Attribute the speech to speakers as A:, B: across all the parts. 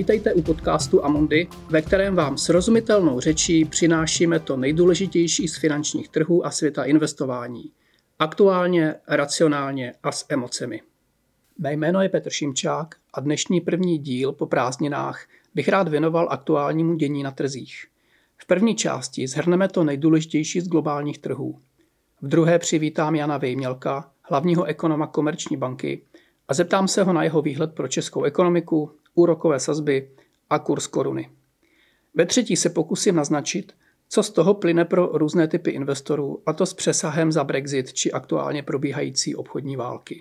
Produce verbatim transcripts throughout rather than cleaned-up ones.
A: Vítejte u podcastu Amundi, ve kterém vám srozumitelnou řečí přinášíme to nejdůležitější z finančních trhů a světa investování. Aktuálně, racionálně a s emocemi. Mé jméno je Petr Šimčák a dnešní první díl po prázdninách bych rád věnoval aktuálnímu dění na trzích. V první části shrneme to nejdůležitější z globálních trhů. V druhé přivítám Jana Vejmělka, hlavního ekonoma Komerční banky, a zeptám se ho na jeho výhled pro českou ekonomiku, úrokové sazby a kurz koruny. Ve třetí se pokusím naznačit, co z toho plyne pro různé typy investorů, a to s přesahem za Brexit či aktuálně probíhající obchodní války.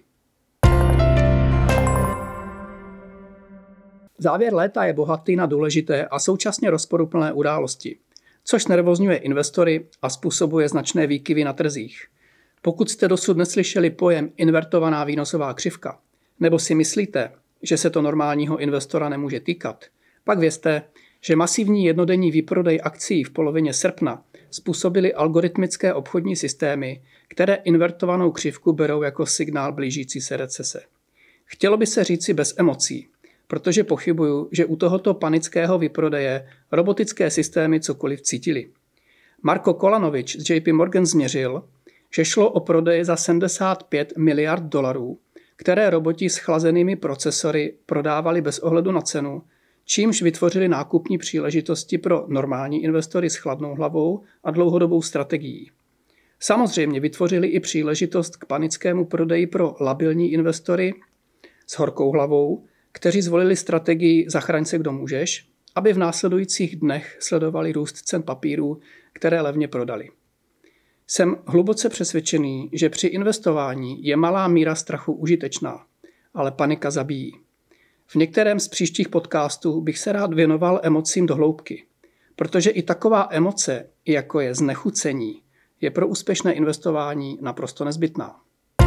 A: Závěr léta je bohatý na důležité a současně rozporuplné události, což nervózňuje investory a způsobuje značné výkyvy na trzích. Pokud jste dosud neslyšeli pojem invertovaná výnosová křivka, nebo si myslíte, že se to normálního investora nemůže týkat, pak vězte, že masivní jednodenní výprodej akcií v polovině srpna způsobily algoritmické obchodní systémy, které invertovanou křivku berou jako signál blížící se recese. Chtělo by se říci bez emocí, protože pochybuju, že u tohoto panického výprodeje robotické systémy cokoliv cítili. Marko Kolanovič z J P Morgan změřil, že šlo o prodej za sedmdesát pět miliard dolarů, které roboti s chlazenými procesory prodávali bez ohledu na cenu, čímž vytvořili nákupní příležitosti pro normální investory s chladnou hlavou a dlouhodobou strategií. Samozřejmě vytvořili i příležitost k panickému prodeji pro labilní investory s horkou hlavou, kteří zvolili strategii zachraň se kdo můžeš, aby v následujících dnech sledovali růst cen papírů, které levně prodali. Jsem hluboce přesvědčený, že při investování je malá míra strachu užitečná, ale panika zabíjí. V některém z příštích podcastů bych se rád věnoval emocím do hloubky, protože i taková emoce, jako je znechucení, je pro úspěšné investování naprosto nezbytná.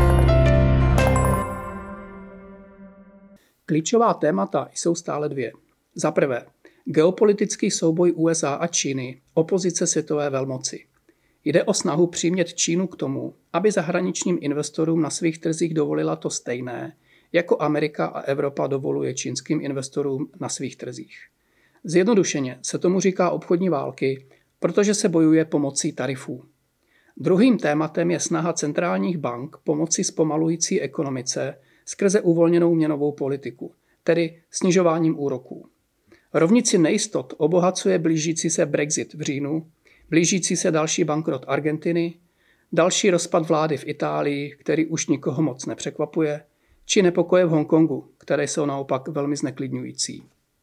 A: Klíčová témata jsou stále dvě. Za prvé, geopolitický souboj U S A a Číny, opozice světové velmoci. Jde o snahu přimět Čínu k tomu, aby zahraničním investorům na svých trzích dovolila to stejné, jako Amerika a Evropa dovoluje čínským investorům na svých trzích. Zjednodušeně se tomu říká obchodní války, protože se bojuje pomocí tarifů. Druhým tématem je snaha centrálních bank pomoci zpomalující ekonomice skrze uvolněnou měnovou politiku, tedy snižováním úroků. Rovnici nejistot obohacuje blížící se Brexit v říjnu, blížící se další bankrot Argentiny, další rozpad vlády v Itálii, který už nikoho moc nepřekvapuje, či nepokoje v Hongkongu, které jsou naopak velmi zneklidňující.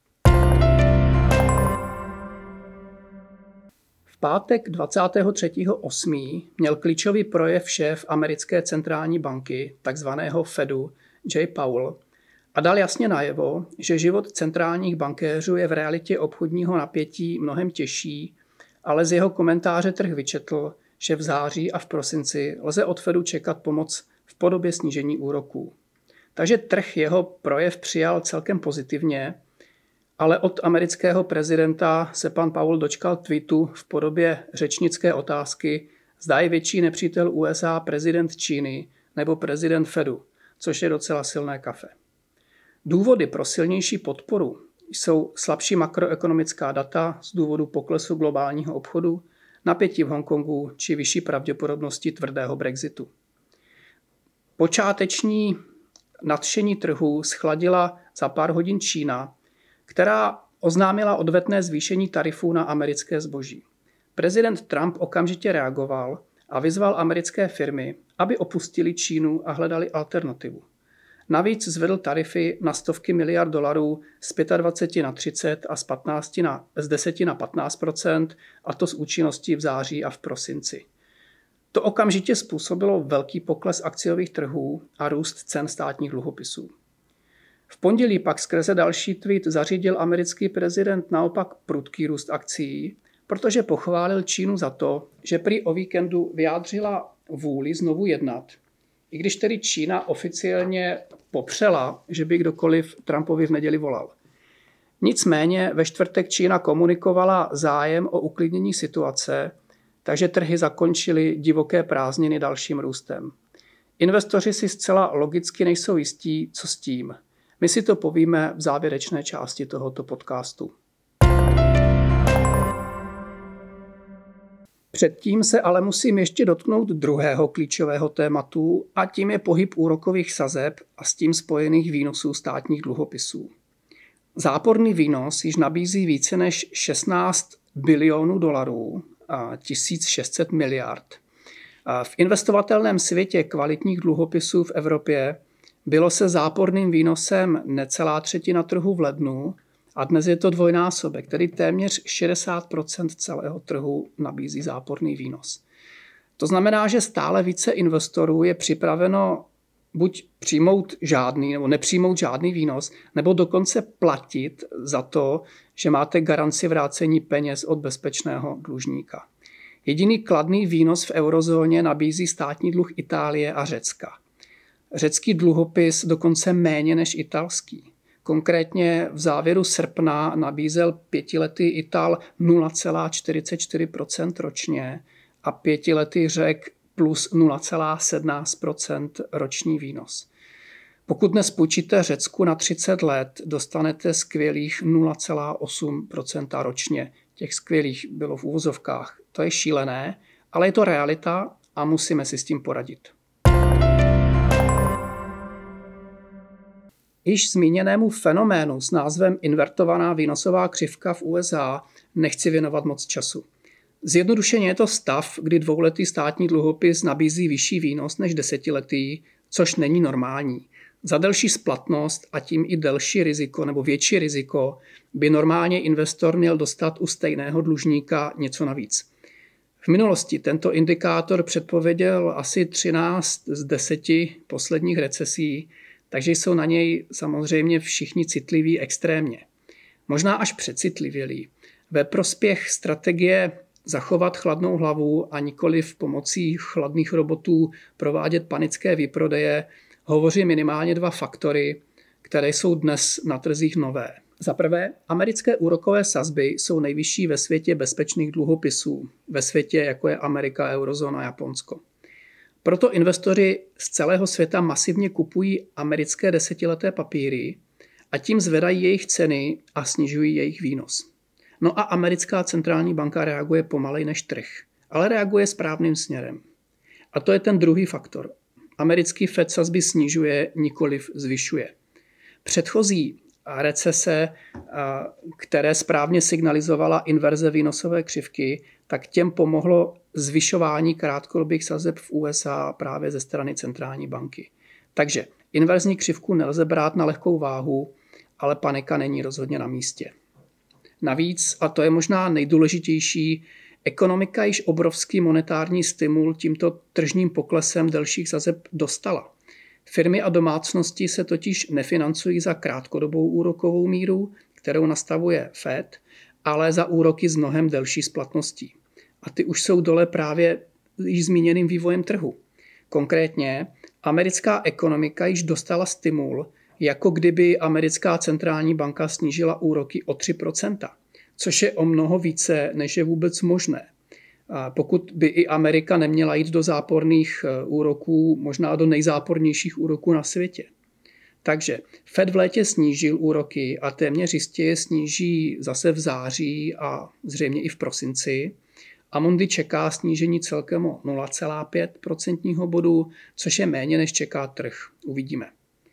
A: V pátek dvacátého třetího osmého měl klíčový projev šéf americké centrální banky, takzvaného Fedu, Jay Powell, a dal jasně najevo, že život centrálních bankéřů je v realitě obchodního napětí mnohem těžší, ale z jeho komentáře trh vyčetl, že v září a v prosinci lze od Fedu čekat pomoc v podobě snížení úroků. Takže trh jeho projev přijal celkem pozitivně, ale od amerického prezidenta se pan Powell dočkal tweetu v podobě řečnické otázky, zda je větší nepřítel U S A prezident Číny nebo prezident Fedu, což je docela silné kafe. Důvody pro silnější podporu jsou slabší makroekonomická data z důvodu poklesu globálního obchodu, napětí v Hongkongu či vyšší pravděpodobnosti tvrdého Brexitu. Počáteční nadšení trhu schladila za pár hodin Čína, která oznámila odvetné zvýšení tarifů na americké zboží. Prezident Trump okamžitě reagoval a vyzval americké firmy, aby opustili Čínu a hledali alternativu. Navíc zvedl tarify na stovky miliard dolarů z dvacet pět na třicet a z, patnáct na, z deset na patnáct procent, a to s účinností v září a v prosinci. To okamžitě způsobilo velký pokles akciových trhů a růst cen státních dluhopisů. V pondělí pak skrze další tweet zařídil americký prezident naopak prudký růst akcií, protože pochválil Čínu za to, že prý o víkendu vyjádřila vůli znovu jednat, i když tedy Čína oficiálně popřela, že by kdokoliv Trumpovi v neděli volal. Nicméně ve čtvrtek Čína komunikovala zájem o uklidnění situace, takže trhy zakončily divoké prázdniny dalším růstem. Investoři si zcela logicky nejsou jistí, co s tím. My si to povíme v závěrečné části tohoto podcastu. Předtím se ale musím ještě dotknout druhého klíčového tématu a tím je pohyb úrokových sazeb a s tím spojených výnosů státních dluhopisů. Záporný výnos již nabízí více než šestnáct bilionů dolarů a tisíc šest set miliard. V investovatelném světě kvalitních dluhopisů v Evropě bylo se záporným výnosem necelá třetina trhu v lednu a dnes je to dvojnásobek, tedy téměř šedesát procent celého trhu nabízí záporný výnos. To znamená, že stále více investorů je připraveno buď přijmout žádný nebo nepřijmout žádný výnos, nebo dokonce platit za to, že máte garanci vrácení peněz od bezpečného dlužníka. Jediný kladný výnos v eurozóně nabízí státní dluh Itálie a Řecka. Řecký dluhopis dokonce méně než italský. Konkrétně v závěru srpna nabízel pětiletý Ital nula celá čtyřicet čtyři procenta ročně a pětiletý Řek plus nula celá sedmnáct procenta roční výnos. Pokud dnes půjčíte Řecku na třicet let, dostanete skvělých nula celá osm procenta ročně. Těch skvělých bylo v uvozovkách. To je šílené, ale je to realita a musíme si s tím poradit. Již zmíněnému fenoménu s názvem invertovaná výnosová křivka v U S A nechci věnovat moc času. Zjednodušeně je to stav, kdy dvouletý státní dluhopis nabízí vyšší výnos než desetiletý, což není normální. Za delší splatnost a tím i delší riziko nebo větší riziko by normálně investor měl dostat u stejného dlužníka něco navíc. V minulosti tento indikátor předpověděl asi třináct z deseti posledních recesí, takže jsou na něj samozřejmě všichni citliví extrémně. Možná až přecitlivělí. Ve prospěch strategie zachovat chladnou hlavu a nikoliv pomocí chladných robotů provádět panické výprodeje hovoří minimálně dva faktory, které jsou dnes na trzích nové. Za prvé, americké úrokové sazby jsou nejvyšší ve světě bezpečných dluhopisů, ve světě jako je Amerika, eurozóna, Japonsko. Proto investoři z celého světa masivně kupují americké desetileté papíry a tím zvedají jejich ceny a snižují jejich výnos. No a americká centrální banka reaguje pomalej než trh, ale reaguje správným směrem. A to je ten druhý faktor. Americký Fed sazby snižuje, nikoliv zvyšuje. Předchozí recese, které správně signalizovala inverze výnosové křivky, tak těm pomohlo zvyšování krátkodobých sazeb v U S A právě ze strany centrální banky. Takže inverzní křivku nelze brát na lehkou váhu, ale panika není rozhodně na místě. Navíc, a to je možná nejdůležitější, ekonomika již obrovský monetární stimul tímto tržním poklesem delších sazeb dostala. Firmy a domácnosti se totiž nefinancují za krátkodobou úrokovou míru, kterou nastavuje Fed, ale za úroky s mnohem delší splatností. A ty už jsou dole právě již zmíněným vývojem trhu. Konkrétně americká ekonomika již dostala stimul, jako kdyby americká centrální banka snížila úroky o tři procenta, což je o mnoho více, než je vůbec možné. A pokud by i Amerika neměla jít do záporných úroků, možná do nejzápornějších úroků na světě. Takže Fed v létě snížil úroky a téměř jistě je sníží zase v září a zřejmě i v prosinci. Amundi čeká snížení celkem o nula celá pět procentního bodu, což je méně než čeká trh. Uvidíme.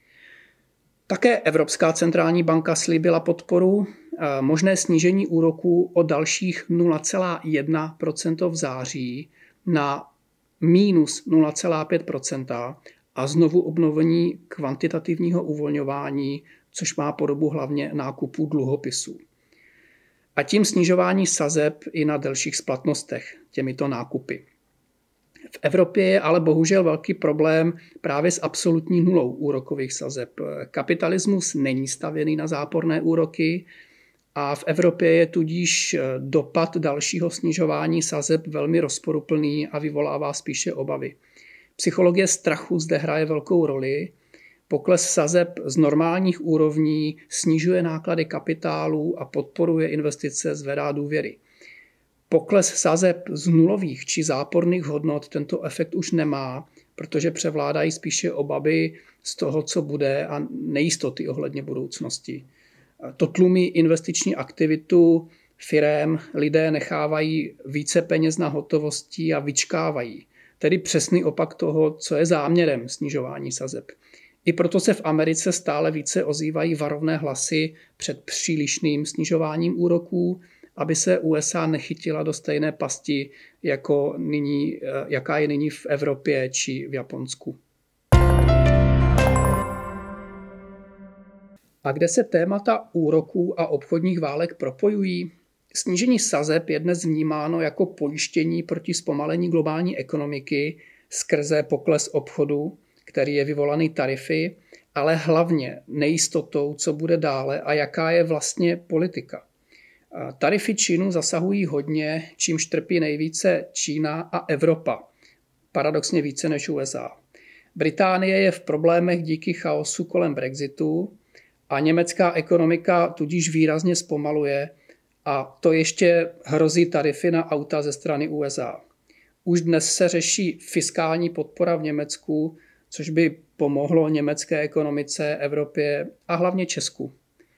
A: Také Evropská centrální banka slíbila podporu, možné snížení úroků o dalších nula celá jedna procenta v září na minus nula celá pět procenta a znovu obnovení kvantitativního uvolňování, což má podobu hlavně nákupu dluhopisů. A tím snižování sazeb i na delších splatnostech těmito nákupy. V Evropě je ale bohužel velký problém právě s absolutní nulou úrokových sazeb. Kapitalismus není stavěný na záporné úroky a v Evropě je tudíž dopad dalšího snižování sazeb velmi rozporuplný a vyvolává spíše obavy. Psychologie strachu zde hraje velkou roli. Pokles sazeb z normálních úrovní snižuje náklady kapitálu a podporuje investice, zvedá důvěry. Pokles sazeb z nulových či záporných hodnot tento efekt už nemá protože převládají spíše obavy z toho, co bude a nejistoty ohledně budoucnosti. To tlumí investiční aktivitu firem, lidé nechávají více peněz na hotovosti a vyčkávají. Tedy přesný opak toho, co je záměrem snižování sazeb. I proto se v Americe stále více ozývají varovné hlasy před přílišným snižováním úroků, aby se U S A nechytila do stejné pasti, jako nyní, jaká je nyní v Evropě či v Japonsku. A kde se témata úroků a obchodních válek propojují? Snížení sazeb je dnes vnímáno jako pojištění proti zpomalení globální ekonomiky skrze pokles obchodu, který je vyvolaný tarify, ale hlavně nejistotou, co bude dále a jaká je vlastně politika. Tarify Čínu zasahují hodně, čímž trpí nejvíce Čína a Evropa, paradoxně více než U S A. Británie je v problémech díky chaosu kolem Brexitu a německá ekonomika tudíž výrazně zpomaluje a to ještě hrozí tarify na auta ze strany U S A. Už dnes se řeší fiskální podpora v Německu, což by pomohlo německé ekonomice, Evropě a hlavně Česku.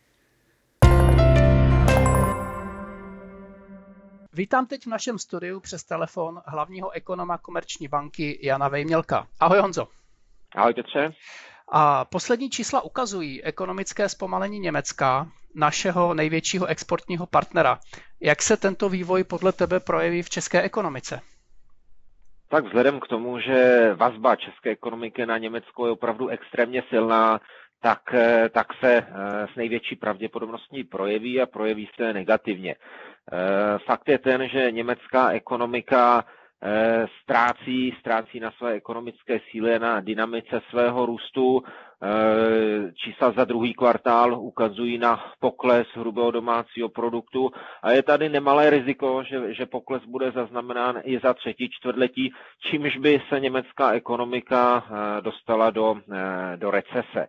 A: Vítám teď v našem studiu přes telefon hlavního ekonoma Komerční banky Jana Vejmělka. Ahoj Honzo.
B: Ahoj Petře.
A: A poslední čísla ukazují ekonomické zpomalení Německa, našeho největšího exportního partnera. Jak se tento vývoj podle tebe projeví v české ekonomice?
B: Tak vzhledem k tomu, že vazba české ekonomiky na Německo je opravdu extrémně silná, tak, tak se s největší pravděpodobností projeví a projeví se negativně. Fakt je ten, že německá ekonomika ztrácí, ztrácí na své ekonomické síle, na dynamice svého růstu. Čísla za druhý kvartál ukazují na pokles hrubého domácího produktu a je tady nemalé riziko, že, že pokles bude zaznamenán i za třetí čtvrtletí, čímž by se německá ekonomika dostala do, do recese.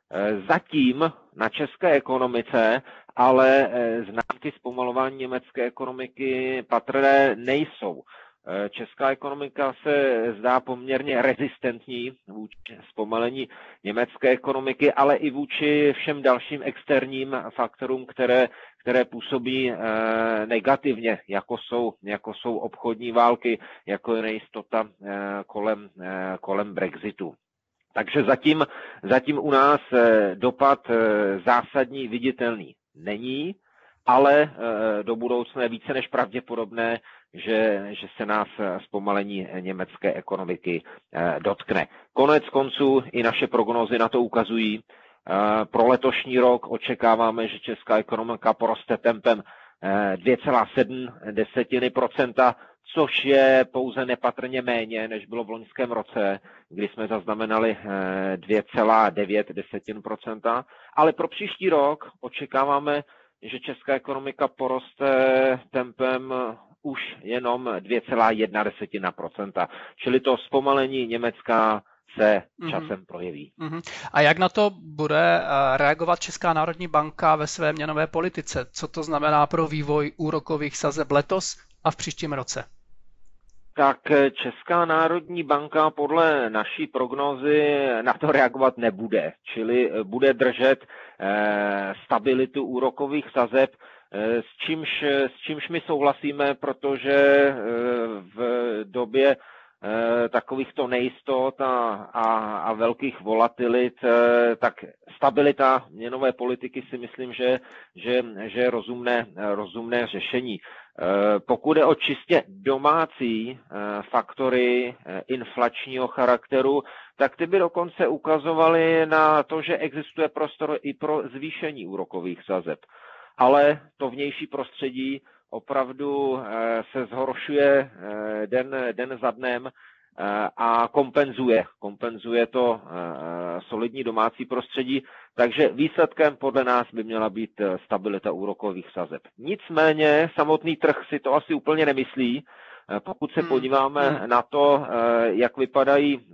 B: Zatím na české ekonomice ale známky zpomalování německé ekonomiky patrné nejsou. Česká ekonomika se zdá poměrně rezistentní vůči zpomalení německé ekonomiky, ale i vůči všem dalším externím faktorům, které, které působí negativně, jako jsou, jako jsou obchodní války, jako je nejistota kolem, kolem Brexitu. Takže zatím, zatím u nás dopad zásadní viditelný není, ale do budoucna je více než pravděpodobné, že, že se nás zpomalení německé ekonomiky dotkne. Konec konců i naše prognózy na to ukazují. Pro letošní rok očekáváme, že česká ekonomika poroste tempem dvě celá sedm procenta, což je pouze nepatrně méně, než bylo v loňském roce, kdy jsme zaznamenali dvě celá devět procenta. Ale pro příští rok očekáváme, že česká ekonomika poroste tempem už jenom dvě celá jedna procenta. Čili to zpomalení Německa se časem projeví.
A: Mm-hmm. A jak na to bude reagovat Česká národní banka ve své měnové politice? Co to znamená pro vývoj úrokových sazeb letos a v příštím roce?
B: Tak Česká národní banka podle naší prognózy na to reagovat nebude, čili bude držet stabilitu úrokových sazeb, s čímž, s čímž my souhlasíme, protože v době takovýchto nejistot a, a, a velkých volatilit, tak stabilita měnové politiky si myslím, že, že, že je rozumné, rozumné řešení. Pokud je o čistě domácí faktory inflačního charakteru, tak ty by dokonce ukazovaly na to, že existuje prostor i pro zvýšení úrokových sazeb. Ale to vnější prostředí opravdu se zhoršuje den, den za dnem a kompenzuje. Kompenzuje to solidní domácí prostředí, takže výsledkem podle nás by měla být stabilita úrokových sazeb. Nicméně samotný trh si to asi úplně nemyslí. Pokud se podíváme na to, jak vypadají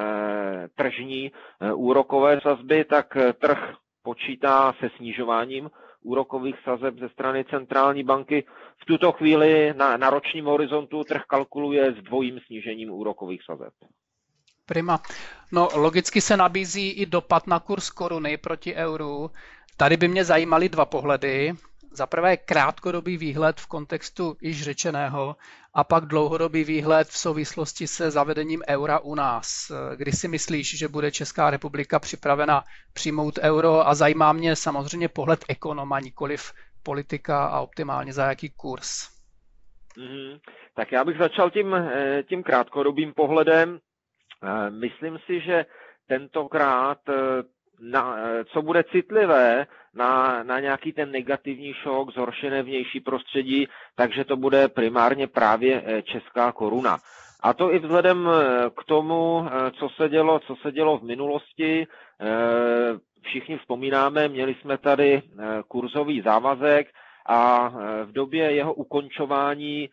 B: tržní úrokové sazby, tak trh počítá se snižováním úrokových sazeb ze strany centrální banky. V tuto chvíli na, na ročním horizontu trh kalkuluje s dvojím snížením úrokových sazeb.
A: Prima. No, logicky se nabízí i dopad na kurz koruny proti euru. Tady by mě zajímaly dva pohledy. Za prvé krátkodobý výhled v kontextu již řečeného a pak dlouhodobý výhled v souvislosti se zavedením eura u nás. Kdy si myslíš, že bude Česká republika připravena přijmout euro, a zajímá mě samozřejmě pohled ekonoma, nikoliv politika, a optimálně za jaký kurz?
B: Mm, tak já bych začal tím, tím krátkodobým pohledem. Myslím si, že tentokrát, na, co bude citlivé na, na nějaký ten negativní šok, zhoršené vnější prostředí, takže to bude primárně právě česká koruna. A to i vzhledem k tomu, co se dělo, co se dělo v minulosti. Všichni vzpomínáme, měli jsme tady kurzový závazek a v době jeho ukončování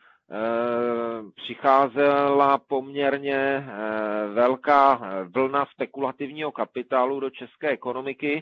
B: přicházela poměrně velká vlna spekulativního kapitálu do české ekonomiky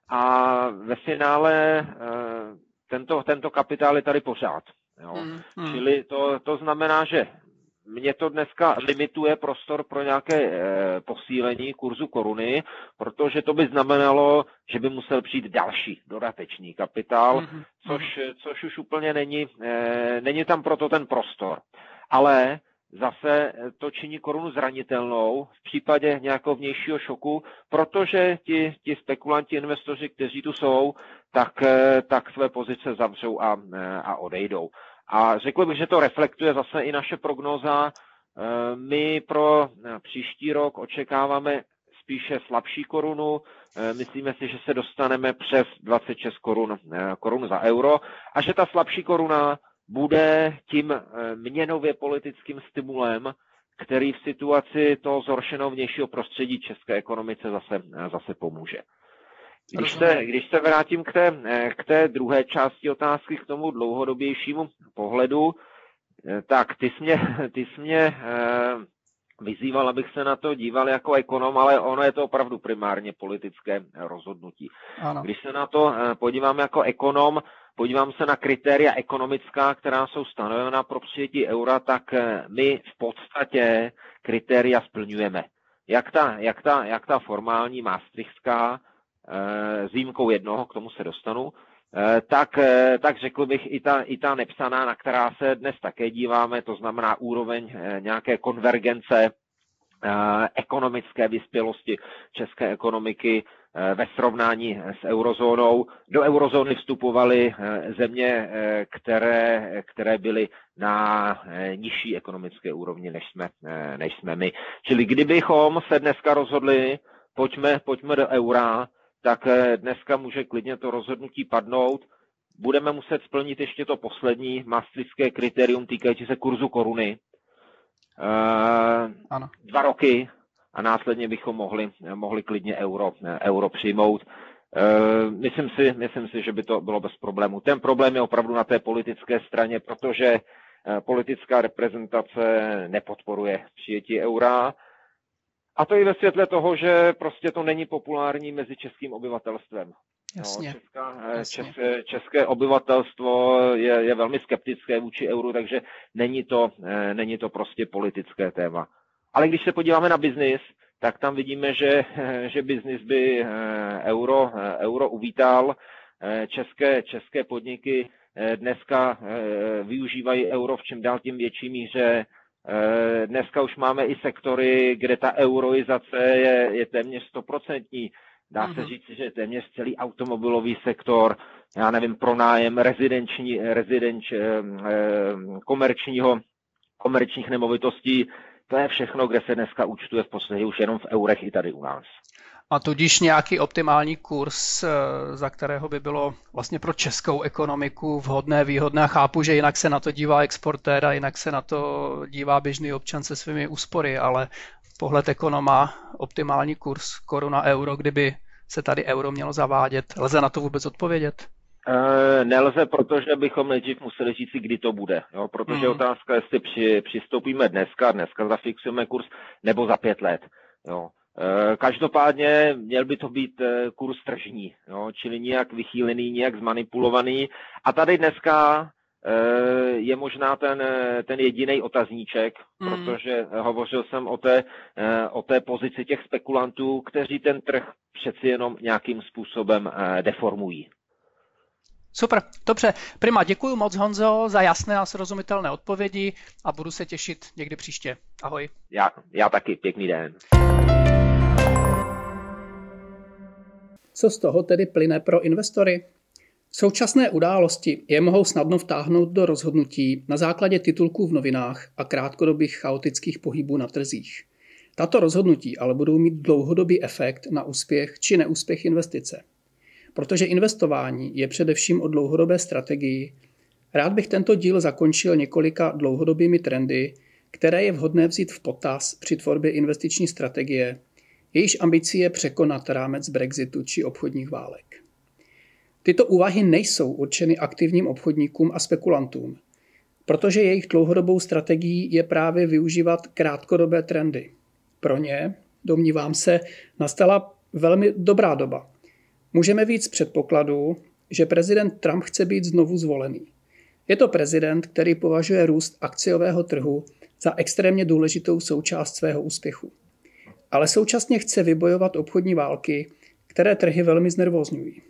B: a ve finále tento, tento kapitál je tady pořád. Jo. Mm, mm. Čili to, to znamená, že mě to dneska limituje prostor pro nějaké e, posílení kurzu koruny, protože to by znamenalo, že by musel přijít další dodatečný kapitál, mm-hmm. což, což už úplně není, e, není tam proto ten prostor. Ale zase to činí korunu zranitelnou v případě nějakého vnějšího šoku, protože ti, ti spekulanti, investoři, kteří tu jsou, tak, tak své pozice zavřou a, a odejdou. A řekl bych, že to reflektuje zase i naše prognóza. My pro příští rok očekáváme spíše slabší korunu. Myslíme si, že se dostaneme přes dvacet šest korun, korun za euro a že ta slabší koruna bude tím měnově politickým stimulem, který v situaci toho zhoršeného vnějšího prostředí české ekonomice zase, zase pomůže. Když se, když se vrátím k té, k té druhé části otázky, k tomu dlouhodobějšímu pohledu, tak ty jsi mě, ty jsi mě vyzýval, abych se na to díval jako ekonom, ale ono je to opravdu primárně politické rozhodnutí. Ano. Když se na to podívám jako ekonom, podívám se na kritéria ekonomická, která jsou stanovena pro přijetí eura, tak my v podstatě kritéria splňujeme. Jak ta, jak ta, jak ta formální maastrichtská, s výjimkou jednoho, k tomu se dostanu, tak, tak řekl bych i ta, i ta nepsaná, na která se dnes také díváme, to znamená úroveň nějaké konvergence ekonomické vyspělosti české ekonomiky ve srovnání s eurozónou. Do eurozóny vstupovaly země, které, které byly na nižší ekonomické úrovni, než jsme, než jsme my. Čili kdybychom se dneska rozhodli, pojďme, pojďme do eura, tak dneska může klidně to rozhodnutí padnout. Budeme muset splnit ještě to poslední maastrichtské kritérium týkající se kurzu koruny. Ano. Dva roky a následně bychom mohli, mohli klidně euro, euro přijmout. Myslím si, myslím si, že by to bylo bez problému. Ten problém je opravdu na té politické straně, protože politická reprezentace nepodporuje přijetí eura. A to i ve světle toho, že prostě to není populární mezi českým obyvatelstvem.
A: Jasně.
B: No, česká, Jasně. České, české obyvatelstvo je, je velmi skeptické vůči euru, takže není to, není to prostě politické téma. Ale když se podíváme na biznis, tak tam vidíme, že, že biznis by euro, euro uvítal. České, české podniky dneska využívají euro v čím dál tím větší míře. Dneska už máme i sektory, kde ta euroizace je, je téměř stoprocentní. Dá se říct, že téměř celý automobilový sektor, já nevím, pronájem rezidenční, rezidenč, komerčního, komerčních nemovitostí, to je všechno, kde se dneska účtuje v podstatě už jenom v eurech i tady u nás.
A: A tudíž nějaký optimální kurz, za kterého by bylo vlastně pro českou ekonomiku vhodné, výhodné. A chápu, že jinak se na to dívá exportér a jinak se na to dívá běžný občan se svými úspory, ale pohled ekonoma, optimální kurz koruna euro, kdyby se tady euro mělo zavádět. Lze na to vůbec odpovědět?
B: E, nelze, protože bychom nejdřív museli říct si, kdy to bude. Jo? Protože hmm. otázka, jestli při, přistoupíme dneska, dneska zafixujeme kurz, nebo za pět let. Jo? Každopádně měl by to být kurz tržní, jo, čili nijak vychýlený, nijak zmanipulovaný. A tady dneska je možná ten, ten jediný otazníček, mm. protože hovořil jsem o té, o té pozici těch spekulantů, kteří ten trh přeci jenom nějakým způsobem deformují.
A: Super, dobře. Prima, děkuji moc, Honzo, za jasné a srozumitelné odpovědi a budu se těšit někdy příště. Ahoj.
B: Já, já taky, pěkný den.
A: Co z toho tedy plyne pro investory? Současné události je mohou snadno vtáhnout do rozhodnutí na základě titulků v novinách a krátkodobých chaotických pohybů na trzích. Tato rozhodnutí ale budou mít dlouhodobý efekt na úspěch či neúspěch investice. Protože investování je především o dlouhodobé strategii, rád bych tento díl zakončil několika dlouhodobými trendy, které je vhodné vzít v potaz při tvorbě investiční strategie, jejíž ambicí je překonat rámec Brexitu či obchodních válek. Tyto úvahy nejsou určeny aktivním obchodníkům a spekulantům, protože jejich dlouhodobou strategií je právě využívat krátkodobé trendy. Pro ně, domnívám se, nastala velmi dobrá doba. Můžeme víc předpokladu, že prezident Trump chce být znovu zvolený. Je to prezident, který považuje růst akciového trhu za extrémně důležitou součást svého úspěchu. Ale současně chce vybojovat obchodní války, které trhy velmi znervózňují.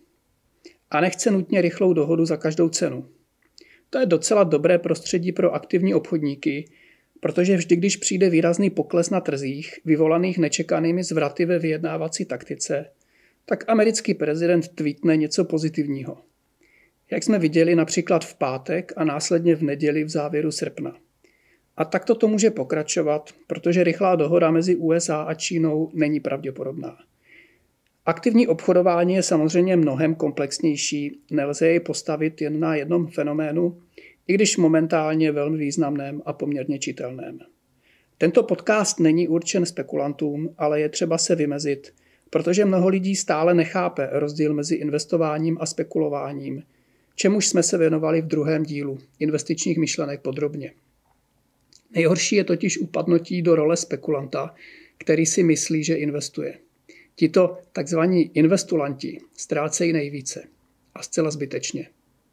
A: A nechce nutně rychlou dohodu za každou cenu. To je docela dobré prostředí pro aktivní obchodníky, protože vždy, když přijde výrazný pokles na trzích, vyvolaných nečekanými zvraty ve vyjednávací taktice, tak americký prezident tweetne něco pozitivního. Jak jsme viděli například v pátek a následně v neděli v závěru srpna. A takto to může pokračovat, protože rychlá dohoda mezi U S A a Čínou není pravděpodobná. Aktivní obchodování je samozřejmě mnohem komplexnější, nelze jej postavit jen na jednom fenoménu, i když momentálně velmi významném a poměrně čitelném. Tento podcast není určen spekulantům, ale je třeba se vymezit, protože mnoho lidí stále nechápe rozdíl mezi investováním a spekulováním, čemuž jsme se věnovali v druhém dílu investičních myšlenek podrobně. Nejhorší je totiž upadnutí do role spekulanta, který si myslí, že investuje. Tito takzvaní investulanti ztrácejí nejvíce a zcela zbytečně.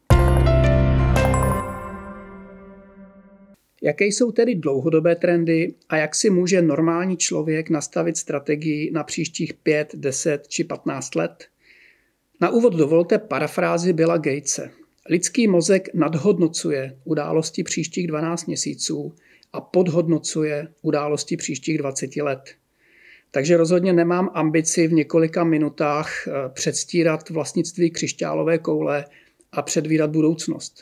A: Jaké jsou tedy dlouhodobé trendy a jak si může normální člověk nastavit strategii na příštích pět, deset či patnáct let? Na úvod dovolte parafrázi Billa Gatese. Lidský mozek nadhodnocuje události příštích dvanáct měsíců a podhodnocuje události příštích dvacet let. Takže rozhodně nemám ambici v několika minutách předstírat vlastnictví křišťálové koule a předvídat budoucnost.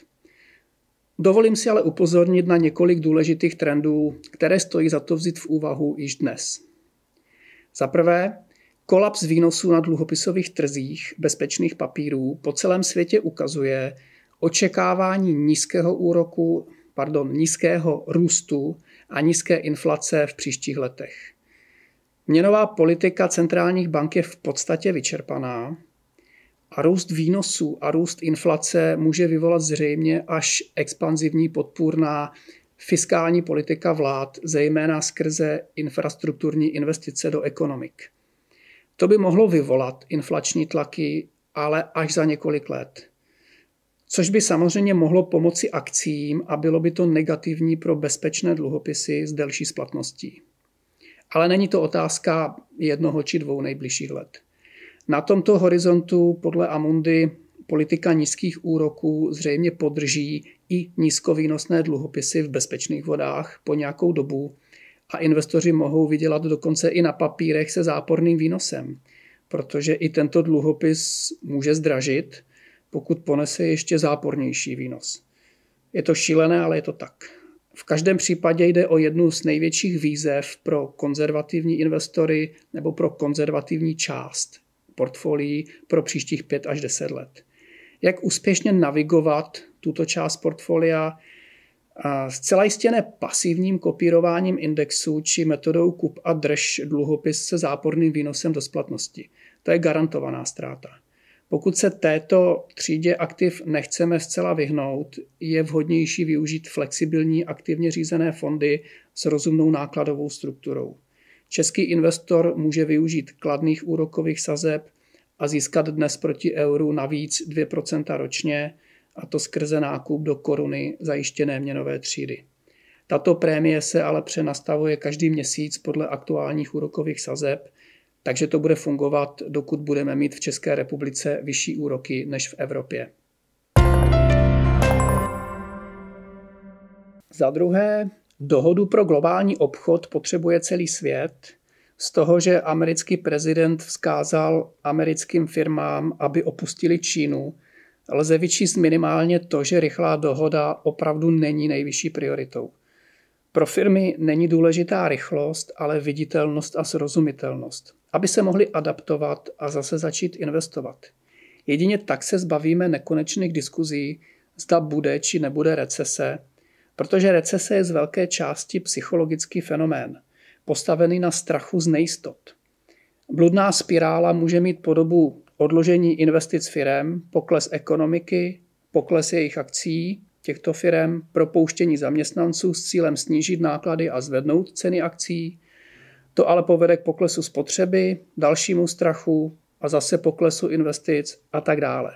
A: Dovolím si ale upozornit na několik důležitých trendů, které stojí za to vzít v úvahu již dnes. Za prvé, kolaps výnosů na dluhopisových trzích bezpečných papírů po celém světě ukazuje očekávání nízkého úroku, pardon, nízkého růstu a nízké inflace v příštích letech. Měnová politika centrálních bank je v podstatě vyčerpaná a růst výnosů a růst inflace může vyvolat zřejmě až expanzivní podpůrná fiskální politika vlád, zejména skrze infrastrukturní investice do ekonomik. To by mohlo vyvolat inflační tlaky, ale až za několik let. Což by samozřejmě mohlo pomoci akciím a bylo by to negativní pro bezpečné dluhopisy s delší splatností. Ale není to otázka jednoho či dvou nejbližších let. Na tomto horizontu podle Amundy politika nízkých úroků zřejmě podrží i nízkovýnosné dluhopisy v bezpečných vodách po nějakou dobu a investoři mohou vydělat dokonce i na papírech se záporným výnosem, protože i tento dluhopis může zdražit, pokud ponese ještě zápornější výnos. Je to šílené, ale je to tak. V každém případě jde o jednu z největších výzev pro konzervativní investory nebo pro konzervativní část portfolií pro příštích pět až deset let. Jak úspěšně navigovat tuto část portfolia? Zcela jistě ne pasivním kopírováním indexu či metodou kup a drž dluhopis se záporným výnosem do splatnosti. To je garantovaná ztráta. Pokud se této třídě aktiv nechceme zcela vyhnout, je vhodnější využít flexibilní aktivně řízené fondy s rozumnou nákladovou strukturou. Český investor může využít kladných úrokových sazeb a získat dnes proti euru navíc dvě procenta ročně a to skrze nákup do koruny zajištěné měnové třídy. Tato prémie se ale přenastavuje každý měsíc podle aktuálních úrokových sazeb, takže to bude fungovat, dokud budeme mít v České republice vyšší úroky než v Evropě. Za druhé, dohodu pro globální obchod potřebuje celý svět. Z toho, že americký prezident vzkázal americkým firmám, aby opustili Čínu, lze vyčíst minimálně to, že rychlá dohoda opravdu není nejvyšší prioritou. Pro firmy není důležitá rychlost, ale viditelnost a srozumitelnost, aby se mohli adaptovat a zase začít investovat. Jedině tak se zbavíme nekonečných diskuzí, zda bude či nebude recese, protože recese je z velké části psychologický fenomén, postavený na strachu z nejistot. Bludná spirála může mít podobu odložení investic firem, pokles ekonomiky, pokles jejich akcí těchto firem, propouštění zaměstnanců s cílem snížit náklady a zvednout ceny akcí. To ale povede k poklesu spotřeby, dalšímu strachu a zase poklesu investic a tak dále.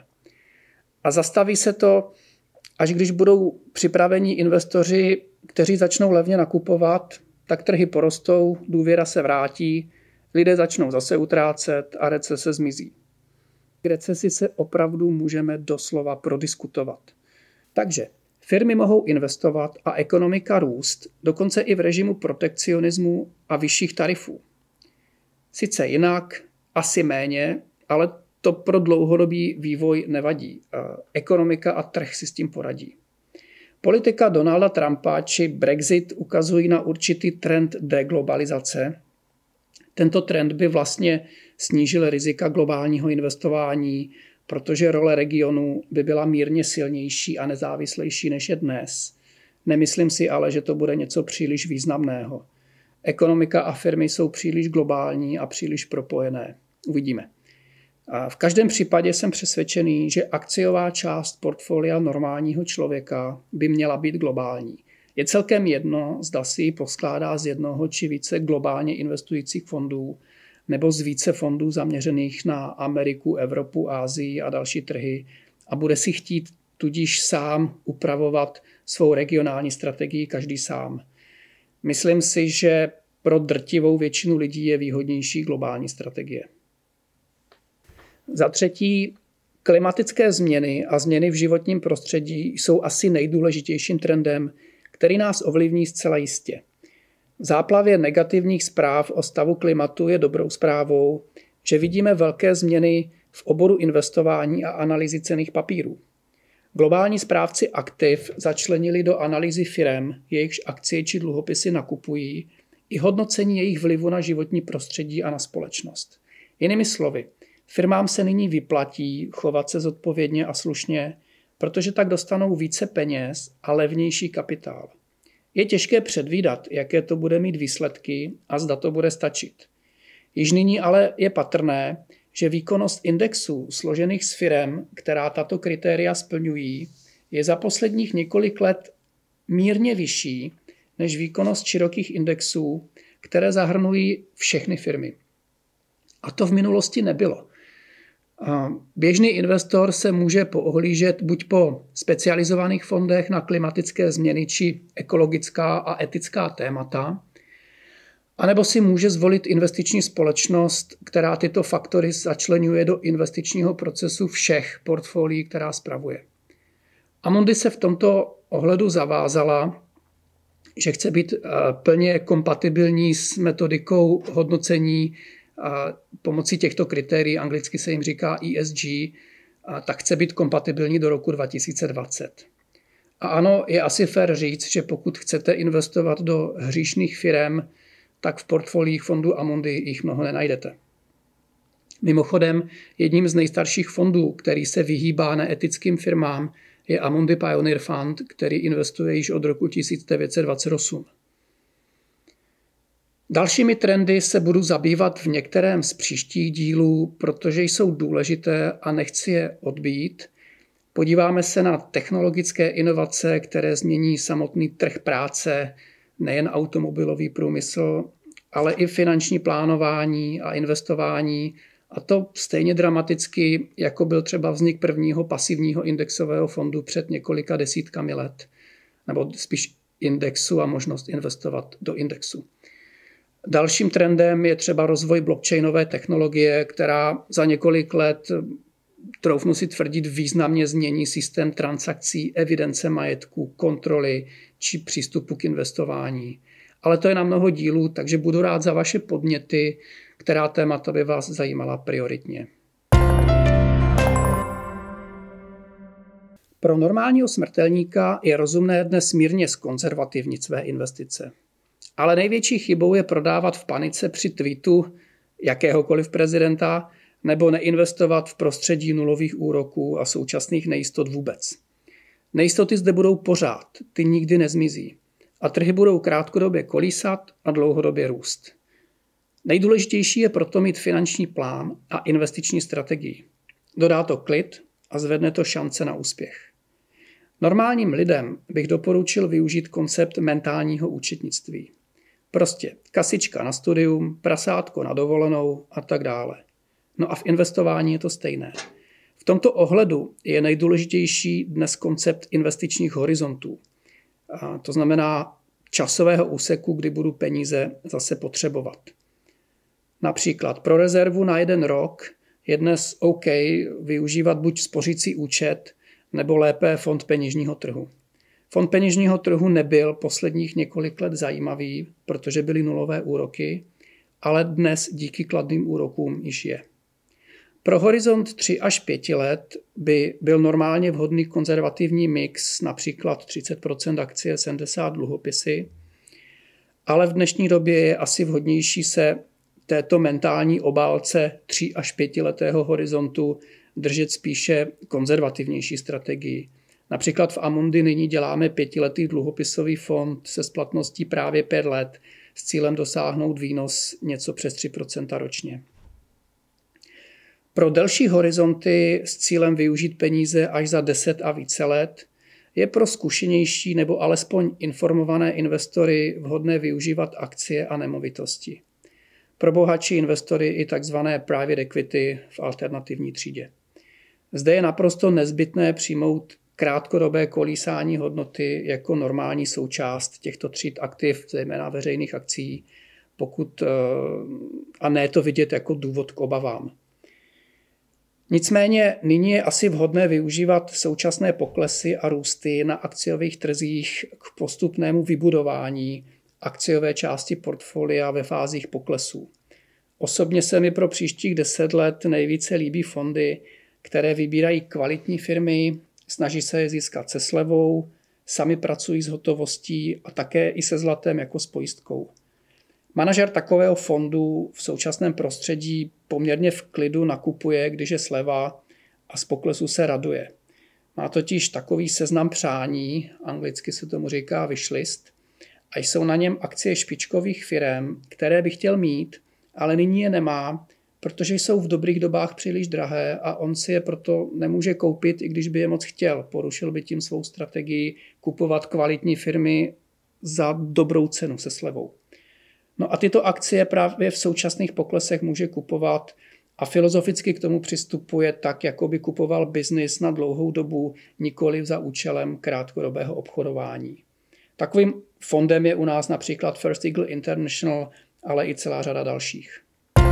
A: A zastaví se to, až když budou připravení investoři, kteří začnou levně nakupovat, tak trhy porostou, důvěra se vrátí, lidé začnou zase utrácet a recese zmizí. K recesi se opravdu můžeme doslova prodiskutovat. Takže firmy mohou investovat a ekonomika růst, dokonce i v režimu protekcionismu a vyšších tarifů. Sice jinak, asi méně, ale to pro dlouhodobý vývoj nevadí. Ekonomika a trh si s tím poradí. Politika Donalda Trumpa či Brexit ukazují na určitý trend deglobalizace. Tento trend by vlastně snížil rizika globálního investování, protože role regionu by byla mírně silnější a nezávislejší než je dnes. Nemyslím si ale, že to bude něco příliš významného. Ekonomika a firmy jsou příliš globální a příliš propojené. Uvidíme. A v každém případě jsem přesvědčený, že akciová část portfolia normálního člověka by měla být globální. Je celkem jedno, zda si ji poskládá z jednoho či více globálně investujících fondů nebo z více fondů zaměřených na Ameriku, Evropu, Asii a další trhy a bude si chtít tudíž sám upravovat svou regionální strategii každý sám. Myslím si, že pro drtivou většinu lidí je výhodnější globální strategie. Za třetí, klimatické změny a změny v životním prostředí jsou asi nejdůležitějším trendem, který nás ovlivní zcela jistě. V záplavě negativních zpráv o stavu klimatu je dobrou zprávou, že vidíme velké změny v oboru investování a analýzy cenných papírů. Globální správci aktiv začlenili do analýzy firem, jejichž akcie či dluhopisy nakupují, i hodnocení jejich vlivu na životní prostředí a na společnost. Jinými slovy, firmám se nyní vyplatí chovat se zodpovědně a slušně, protože tak dostanou více peněz a levnější kapitál. Je těžké předvídat, jaké to bude mít výsledky a zda to bude stačit. Již nyní ale je patrné, že výkonnost indexů složených z firem, která tato kritéria splňují, je za posledních několik let mírně vyšší než výkonnost širokých indexů, které zahrnují všechny firmy. A to v minulosti nebylo. Běžný investor se může poohlížet buď po specializovaných fondech na klimatické změny či ekologická a etická témata, anebo si může zvolit investiční společnost, která tyto faktory začleňuje do investičního procesu všech portfolií, která spravuje. Amundi se v tomto ohledu zavázala, že chce být plně kompatibilní s metodikou hodnocení a pomocí těchto kritérií, anglicky se jim říká E S G, a tak chce být kompatibilní do roku dva tisíce dvacet. A ano, je asi fér říct, že pokud chcete investovat do hříšných firem, tak v portfoliích fondu Amundi jich mnoho nenajdete. Mimochodem, jedním z nejstarších fondů, který se vyhýbá neetickým firmám, je Amundi Pioneer Fund, který investuje již od roku tisíc devět set dvacet osm. Dalšími trendy se budu zabývat v některém z příštích dílů, protože jsou důležité a nechci je odbýt. Podíváme se na technologické inovace, které změní samotný trh práce, nejen automobilový průmysl, ale i finanční plánování a investování A to stejně dramaticky, jako byl třeba vznik prvního pasivního indexového fondu před několika desítkami let, nebo spíš indexu a možnost investovat do indexu. Dalším trendem je třeba rozvoj blockchainové technologie, která za několik let, troufnu si tvrdit, významně změní systém transakcí, evidence majetku, kontroly či přístupu k investování. Ale to je na mnoho dílů, takže budu rád za vaše podněty, která témata by vás zajímala prioritně. Pro normálního smrtelníka je rozumné dnes mírně zkonzervativnit své investice. Ale největší chybou je prodávat v panice při tweetu jakéhokoliv prezidenta nebo neinvestovat v prostředí nulových úroků a současných nejistot vůbec. Nejistoty zde budou pořád, ty nikdy nezmizí. A trhy budou krátkodobě kolísat a dlouhodobě růst. Nejdůležitější je proto mít finanční plán a investiční strategii. Dodá to klid a zvedne to šance na úspěch. Normálním lidem bych doporučil využít koncept mentálního účetnictví. Prostě kasička na studium, prasátko na dovolenou a tak dále. No a v investování je to stejné. V tomto ohledu je nejdůležitější dnes koncept investičních horizontů. A to znamená časového úseku, kdy budu peníze zase potřebovat. Například pro rezervu na jeden rok je dnes OK využívat buď spořící účet, nebo lépe fond peněžního trhu. Fond peněžního trhu nebyl posledních několik let zajímavý, protože byly nulové úroky, ale dnes díky kladným úrokům již je. Pro horizont tři až pět let by byl normálně vhodný konzervativní mix, například třicet procent akcie, sedmdesát dluhopisy, ale v dnešní době je asi vhodnější se této mentální obálce tři až pětiletého horizontu držet spíše konzervativnější strategii. Například v Amundi nyní děláme pětiletý dluhopisový fond se splatností právě pět let s cílem dosáhnout výnos něco přes tři procenta ročně. Pro delší horizonty s cílem využít peníze až za deset a více let je pro zkušenější nebo alespoň informované investory vhodné využívat akcie a nemovitosti. Pro bohatší investory i tzv. Private equity v alternativní třídě. Zde je naprosto nezbytné přijmout krátkodobé kolísání hodnoty jako normální součást těchto tříd aktiv, zejména veřejných akcí, pokud, a ne to vidět jako důvod k obavám. Nicméně nyní je asi vhodné využívat současné poklesy a růsty na akciových trzích k postupnému vybudování akciové části portfolia ve fázích poklesů. Osobně se mi pro příštích deset let nejvíce líbí fondy, které vybírají kvalitní firmy, snaží se je získat se slevou, sami pracují s hotovostí a také i se zlatem jako s pojistkou. Manažer takového fondu v současném prostředí poměrně v klidu nakupuje, když je sleva, a z poklesu se raduje. Má totiž takový seznam přání, anglicky se tomu říká wishlist, a jsou na něm akcie špičkových firem, které by chtěl mít, ale nyní je nemá, protože jsou v dobrých dobách příliš drahé a on si je proto nemůže koupit, i když by je moc chtěl. Porušil by tím svou strategii kupovat kvalitní firmy za dobrou cenu se slevou. No a tyto akcie právě v současných poklesech může kupovat a filozoficky k tomu přistupuje tak, jako by kupoval biznis na dlouhou dobu, nikoli za účelem krátkodobého obchodování. Takovým fondem je u nás například First Eagle International, ale i celá řada dalších.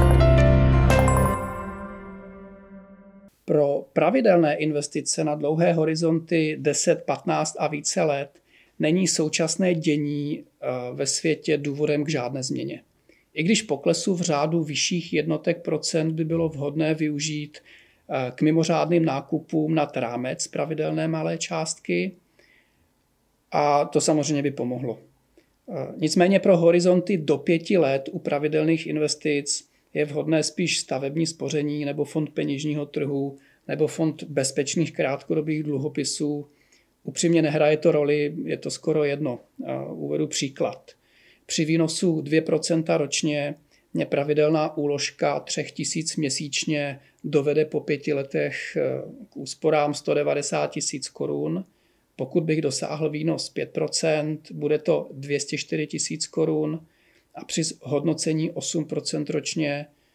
A: Pro pravidelné investice na dlouhé horizonty deset, patnáct a více let není současné dění ve světě důvodem k žádné změně. I když poklesu v řádu vyšších jednotek procent by bylo vhodné využít k mimořádným nákupům nad rámec pravidelné malé částky, a to samozřejmě by pomohlo. Nicméně pro horizonty do pěti let u pravidelných investic je vhodné spíš stavební spoření nebo fond peněžního trhu nebo fond bezpečných krátkodobých dluhopisů. Upřímně nehraje to roli, je to skoro jedno. Uvedu příklad. Při výnosu dvě procenta ročně mě pravidelná úložka tři tisíce měsíčně dovede po pěti letech k úsporám sto devadesát tisíc korun. Pokud bych dosáhl výnos pět procent, bude to dvě stě čtyři tisíce korun a při hodnocení osm procent ročně,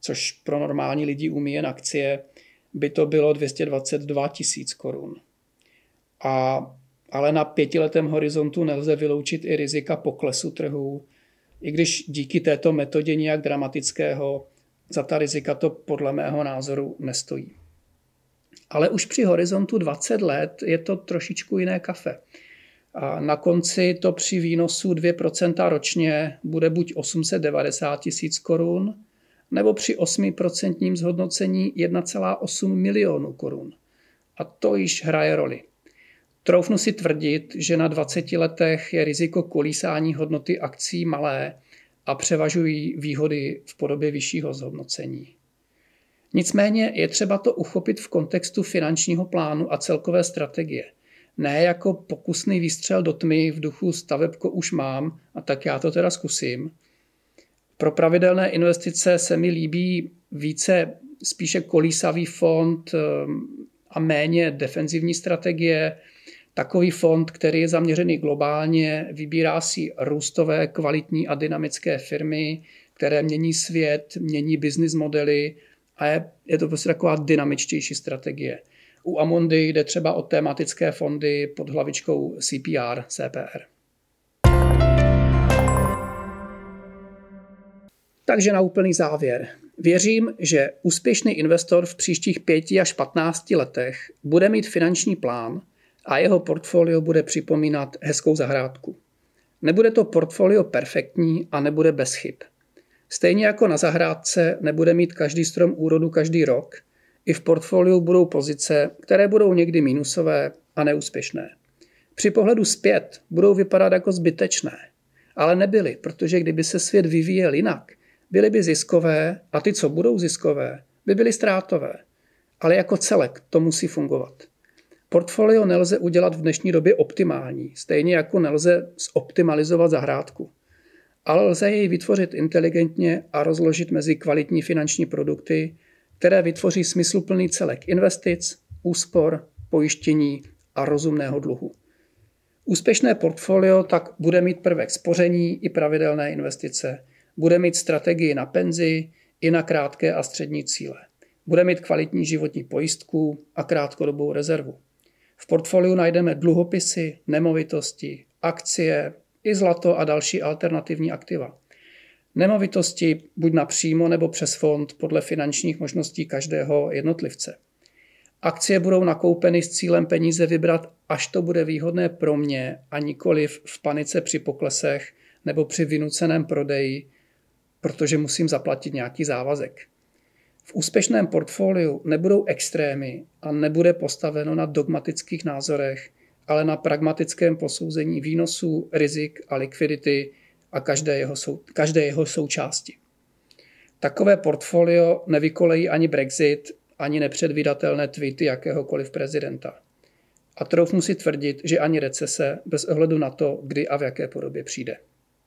A: což pro normální lidi umí jen akcie, by to bylo dvě stě dvacet dva tisíc korun. A, ale na pětiletém horizontu nelze vyloučit i rizika poklesu trhů, i když díky této metodě nijak dramatického za ta rizika to podle mého názoru nestojí. Ale už při horizontu dvacet let je to trošičku jiné kafe. A na konci to při výnosu dvě procenta ročně bude buď osm set devadesát tisíc korun, nebo při osm procent zhodnocení jedna celá osm milionu korun. A to již hraje roli. Troufnu si tvrdit, že na dvaceti letech je riziko kolísání hodnoty akcí malé a převažují výhody v podobě vyššího zhodnocení. Nicméně je třeba to uchopit v kontextu finančního plánu a celkové strategie. Ne jako pokusný výstřel do tmy v duchu stavebko už mám, a tak já to teda zkusím. Pro pravidelné investice se mi líbí více spíše kolísavý fond a méně defenzivní strategie. Takový fond, který je zaměřený globálně, vybírá si růstové, kvalitní a dynamické firmy, které mění svět, mění business modely a je, je to prostě taková dynamičtější strategie. U Amundi jde třeba o tematické fondy pod hlavičkou C P R, C P R. Takže na úplný závěr. Věřím, že úspěšný investor v příštích pěti až patnácti letech bude mít finanční plán a jeho portfolio bude připomínat hezkou zahrádku. Nebude to portfolio perfektní a nebude bez chyb. Stejně jako na zahrádce nebude mít každý strom úrodu každý rok, i v portfoliu budou pozice, které budou někdy minusové a neúspěšné. Při pohledu zpět budou vypadat jako zbytečné, ale nebyly, protože kdyby se svět vyvíjel jinak, byly by ziskové a ty, co budou ziskové, by byly ztrátové. Ale jako celek to musí fungovat. Portfolio nelze udělat v dnešní době optimální, stejně jako nelze zoptimalizovat zahrádku. Ale lze jej vytvořit inteligentně a rozložit mezi kvalitní finanční produkty, které vytvoří smysluplný celek investic, úspor, pojištění a rozumného dluhu. Úspěšné portfolio tak bude mít prvek spoření i pravidelné investice, bude mít strategii na penzi i na krátké a střední cíle. Bude mít kvalitní životní pojistku a krátkodobou rezervu. V portfoliu najdeme dluhopisy, nemovitosti, akcie i zlato a další alternativní aktiva. Nemovitosti buď napřímo nebo přes fond podle finančních možností každého jednotlivce. Akcie budou nakoupeny s cílem peníze vybrat, až to bude výhodné pro mě a nikoliv v panice při poklesech nebo při vynuceném prodeji, protože musím zaplatit nějaký závazek. V úspěšném portfoliu nebudou extrémy a nebude postaveno na dogmatických názorech, ale na pragmatickém posouzení výnosů, rizik a likvidity a každé jeho, sou, každé jeho součásti. Takové portfolio nevykolejí ani Brexit, ani nepředvídatelné tweety jakéhokoliv prezidenta. A troufnu si tvrdit, že ani recese bez ohledu na to, kdy a v jaké podobě přijde.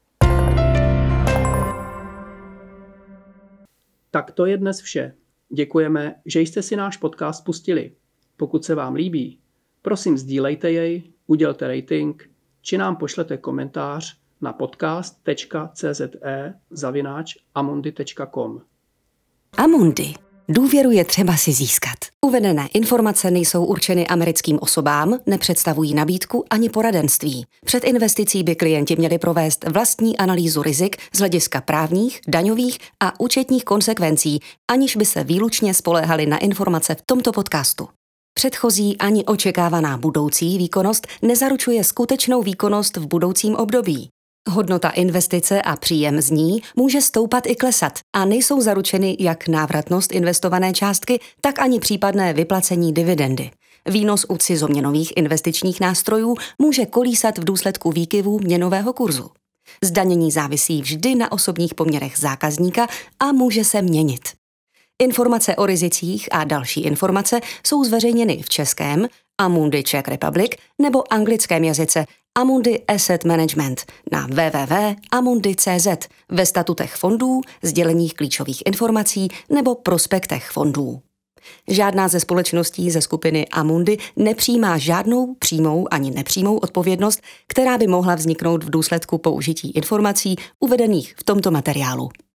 A: Tak to je dnes vše. Děkujeme, že jste si náš podcast pustili. Pokud se vám líbí, prosím sdílejte jej, udělte rating, či nám pošlete komentář na podcast tečka cze zavináč amundi tečka com.
C: Amundi. Důvěru je třeba si získat. Uvedené informace nejsou určeny americkým osobám, nepředstavují nabídku ani poradenství. Před investicí by klienti měli provést vlastní analýzu rizik z hlediska právních, daňových a účetních konsekvencí, aniž by se výlučně spoléhali na informace v tomto podcastu. Předchozí ani očekávaná budoucí výkonnost nezaručuje skutečnou výkonnost v budoucím období. Hodnota investice a příjem z ní může stoupat i klesat a nejsou zaručeny jak návratnost investované částky, tak ani případné vyplacení dividendy. Výnos u cizoměnových investičních nástrojů může kolísat v důsledku výkyvů měnového kurzu. Zdanění závisí vždy na osobních poměrech zákazníka a může se měnit. Informace o rizicích a další informace jsou zveřejněny v českém Amundi Czech Republic nebo anglickém jazyce Amundi Asset Management na w w w tečka amundi tečka cz ve statutech fondů, sděleních klíčových informací nebo prospektech fondů. Žádná ze společností ze skupiny Amundi nepřijímá žádnou přímou ani nepřímou odpovědnost, která by mohla vzniknout v důsledku použití informací uvedených v tomto materiálu.